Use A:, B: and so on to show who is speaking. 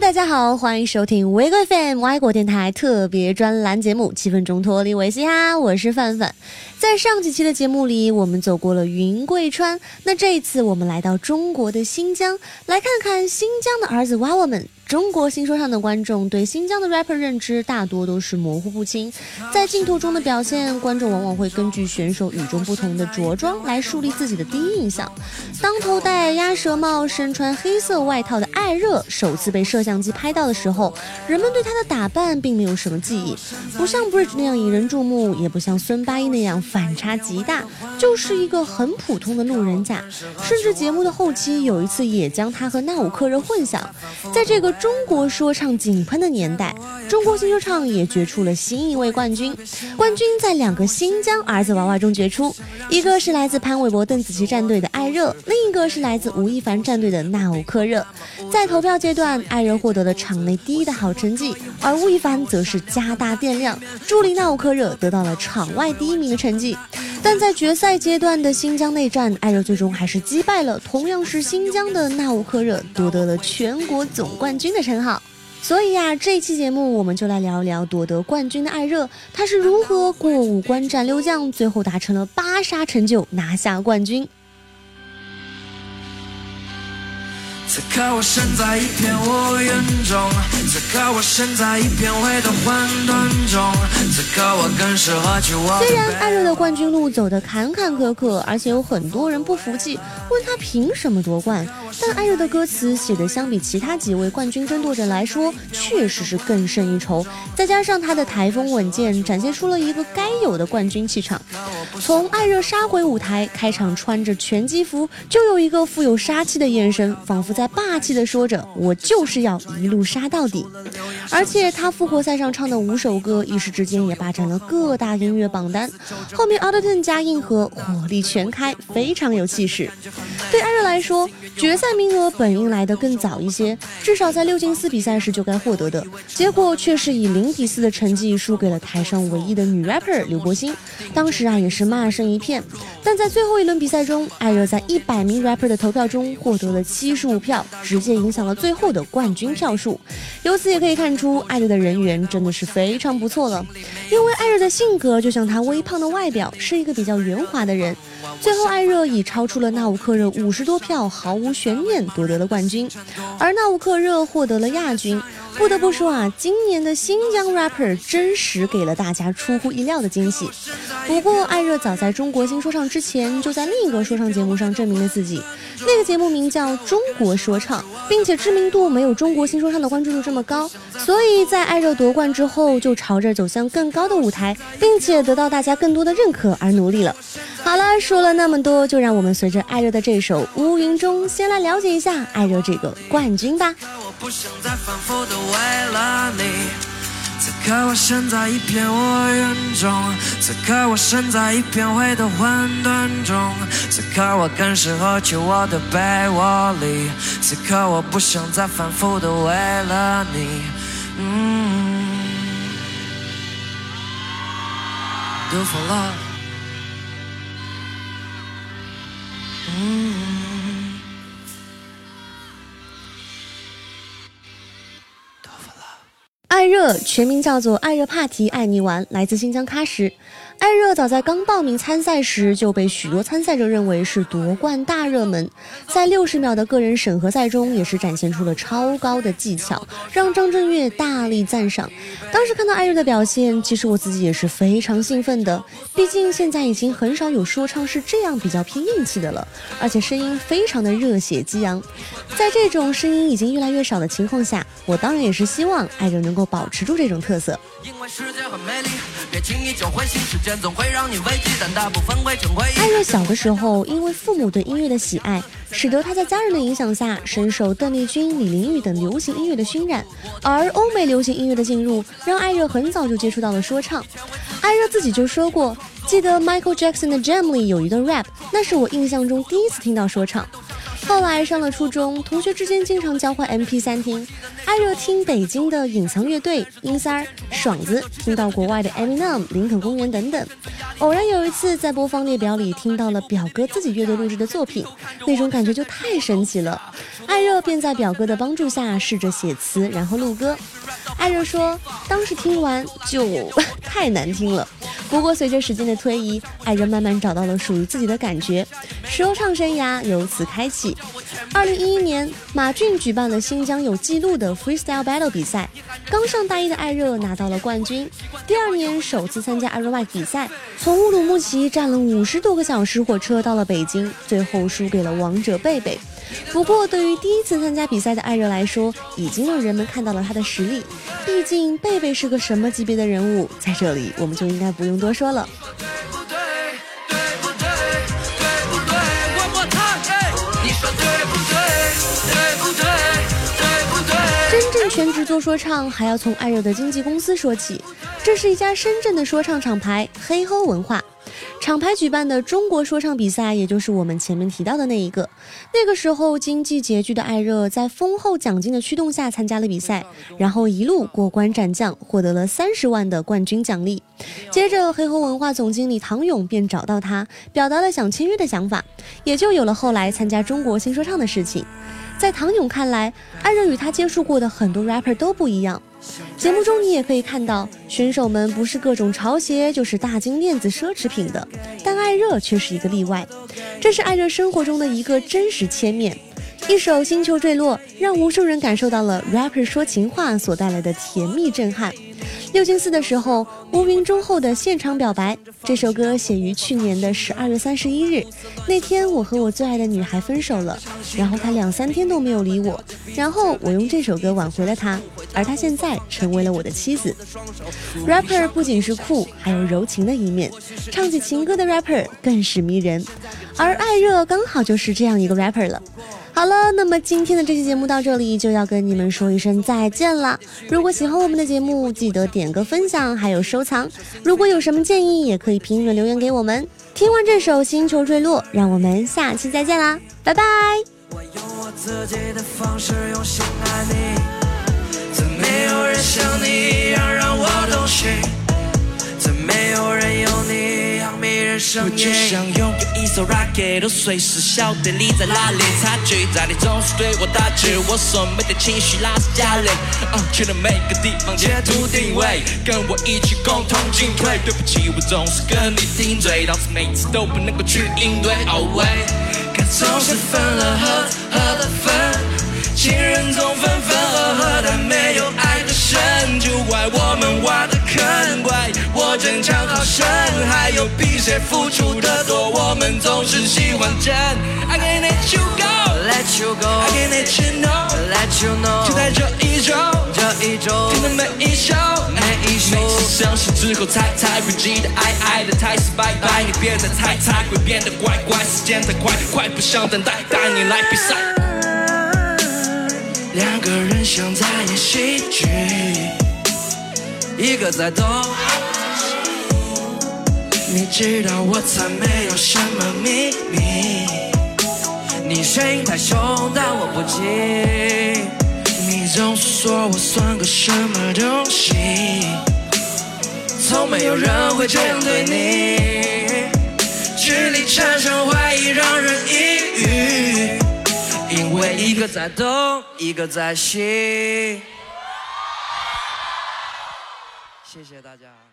A: 大家好，欢迎收听维贵 FM 外国电台特别专栏节目7分钟脱离维嘻哈，我是范范。在上几期的节目里，我们走过了云贵川，那这一次我们来到中国的新疆，来看看新疆的儿子娃娃们。中国新说唱的观众对新疆的 rapper 认知大多都是模糊不清，在镜头中的表现，观众往往会根据选手与众不同的着装来树立自己的第一印象。当头戴鸭舌帽、身穿黑色外套的艾热首次被摄像机拍到的时候，人们对他的打扮并没有什么记忆，不像 Bridge 那样引人注目，也不像孙八一那样反差极大，就是一个很普通的路人甲。甚至节目的后期有一次也将他和那吾克热混淆。在这个中国说唱井喷的年代，中国新说唱也决出了新一位冠军。冠军在2个新疆儿子娃娃中决出，一个是来自潘玮柏邓紫棋战队的艾热，另一个是来自吴亦凡战队的那吾克热。在投票阶段，艾热获得了场内第一的好成绩，而吴亦凡则是加大电量，助力那吾克热得到了场外第1名的成绩。但在决赛阶段的新疆内战，艾热最终还是击败了同样是新疆的那吾克热，夺得了全国总冠军的称号。所以这一期节目我们就来聊一聊夺得冠军的艾热，他是如何过5关斩6将，最后达成了8杀成就拿下冠军。
B: 此刻我身在一片乌云中，此刻我身在一片灰的混沌中，此刻我更适合去我的。
A: 虽然艾热的冠军路走得坎坎坷坷，而且有很多人不服气，问他凭什么夺冠，但艾热的歌词写的相比其他几位冠军争夺者来说，确实是更胜一筹。再加上他的台风稳健，展现出了一个该有的冠军气场。从艾热杀回舞台，开场穿着拳击服，就有一个富有杀气的眼神，仿佛在霸气地说着我就是要一路杀到底。而且他复活赛上唱的5首歌一时之间也霸占了各大音乐榜单，后面 Auditon 加硬核火力全开，非常有气势。对艾热来说，决赛名额本应来得更早一些，至少在6进4比赛时就该获得的，结果却是以0比4的成绩输给了台上唯一的女 rapper 刘柏辛，当时也是骂声一片。但在最后一轮比赛中，艾热在100名 rapper 的投票中获得了75票，直接影响了最后的冠军票数。由此也可以看出艾热的人缘真的是非常不错了，因为艾热的性格就像他微胖的外表，是一个比较圆滑的人。最后艾热以超出了那吾克热50多票，毫无悬念夺得了冠军，而那吾克热获得了亚军。不得不说今年的新疆 rapper 真实给了大家出乎意料的惊喜。不过艾热早在中国新说唱之前，就在另一个说唱节目上证明了自己，那个节目名叫中国说唱，并且知名度没有中国新说唱的关注度这么高，所以在艾热夺冠之后，就朝着走向更高的舞台，并且得到大家更多的认可而努力了。好了，说了那么多，就让我们随着艾热的这首乌云中，先来了解一下艾热这个冠军吧。
B: 我不想再反复的为了你，此刻我身在一片乌云中，此刻我身在一片灰的混沌中，此刻我更适合去我的被窝里，此刻我不想再反复的为了你。Do for love。
A: 艾热全名叫做艾热帕提艾尼完，来自新疆喀什。艾热早在刚报名参赛时就被许多参赛者认为是夺冠大热门，在60秒的个人审核赛中也是展现出了超高的技巧，让张震岳大力赞赏。当时看到艾热的表现，其实我自己也是非常兴奋的，毕竟现在已经很少有说唱是这样比较偏硬气的了，而且声音非常的热血激昂。在这种声音已经越来越少的情况下，我当然也是希望艾热能够保持住这种特色。
B: 因为世界很美丽，别轻易就灰心，时间总会让你危机，但大部分会成回忆。
A: 艾热小的时候，因为父母对音乐的喜爱，使得他在家人的影响下，深受邓丽君、李玲玉等流行音乐的熏染，而欧美流行音乐的进入，让艾热很早就接触到了说唱。艾热自己就说过，记得 Michael Jackson 的 Jam 里有一段 rap， 那是我印象中第一次听到说唱。 后来上了初中，同学之间经常交换 MP3 听，艾热听北京的隐藏乐队、阴三儿、爽子，听到国外的 Eminem、林肯公园等等。偶然有一次在播放列表里听到了表哥自己乐队录制的作品，那种感觉就太神奇了。艾热便在表哥的帮助下试着写词，然后录歌。艾热说，当时听完就太难听了。不过随着时间的推移，艾热慢慢找到了属于自己的感觉，说唱生涯由此开启。2011年，马俊举办了新疆有记录的 Freestyle Battle 比赛，刚上大一的艾热拿到了冠军。第2年首次参加 Aerobike 比赛，从乌鲁木齐站了50多个小时火车到了北京，最后输给了王者贝贝。不过对于第一次参加比赛的艾热来说，已经让人们看到了他的实力，毕竟贝贝是个什么级别的人物，在这里我们就应该不用多说了。真正全职做说唱还要从艾热的经纪公司说起，这是一家深圳的说唱厂牌黑吼文化。厂牌举办的中国说唱比赛，也就是我们前面提到的那一个。那个时候经济拮据的艾热在丰厚奖金的驱动下参加了比赛，然后一路过关斩将，获得了30万的冠军奖励。接着黑吼文化总经理唐勇便找到他，表达了想签约的想法，也就有了后来参加中国新说唱的事情。在唐勇看来，艾热与他接触过的很多 rapper 都不一样。节目中你也可以看到，选手们不是各种潮鞋，就是大金链子奢侈品的，但艾热却是一个例外。这是艾热生活中的一个真实切面。一首《星球坠落》让无数人感受到了 rapper 说情话所带来的甜蜜震撼。6进4的时候，吴云忠厚的现场表白，这首歌写于去年的12月31日。那天我和我最爱的女孩分手了，然后她2-3天都没有理我，然后我用这首歌挽回了她，而她现在成为了我的妻子。rapper 不仅是酷，还有柔情的一面，唱起情歌的 rapper 更是迷人，而艾热刚好就是这样一个 rapper 了。好了，那么今天的这期节目到这里就要跟你们说一声再见了。如果喜欢我们的节目，记得点个分享还有收藏。如果有什么建议，也可以评论留言给我们。听完这首《星球坠落》，让我们下期再见啦，拜拜。
B: 我用我自己的方式用心爱你，怎没有人像你一样让我动心，怎没有人有你一样迷人声音。我就想拥有一艘 rocket， 随时晓得你在哪里，差距在你总是对我打击，我所没的情绪拉丝加力，去了每个地方截图定位，跟我一起共同进退。对不起，我总是跟你顶嘴，导致每次都不能够去应对。可总是分了合的分，情人总分合，但没有爱的深，就怪我们挖的坑，怪我争强好胜，还有比谁付出的多，我们总是喜欢争。I can't let you go, I can't let you know, 就在这一周，听的每一首，每次相识之后才会记得爱的太死拜拜，你别再猜会变得怪，时间太快不想等待，带你来比赛。2个人像在演戏剧，一个在抖，你知道我才没有什么秘密，你声音太凶，但我不急，你总是说我算个什么东西，从没有人会这样对你，距离产生怀疑让人抑郁，因为一个在东，一个在西。谢谢大家。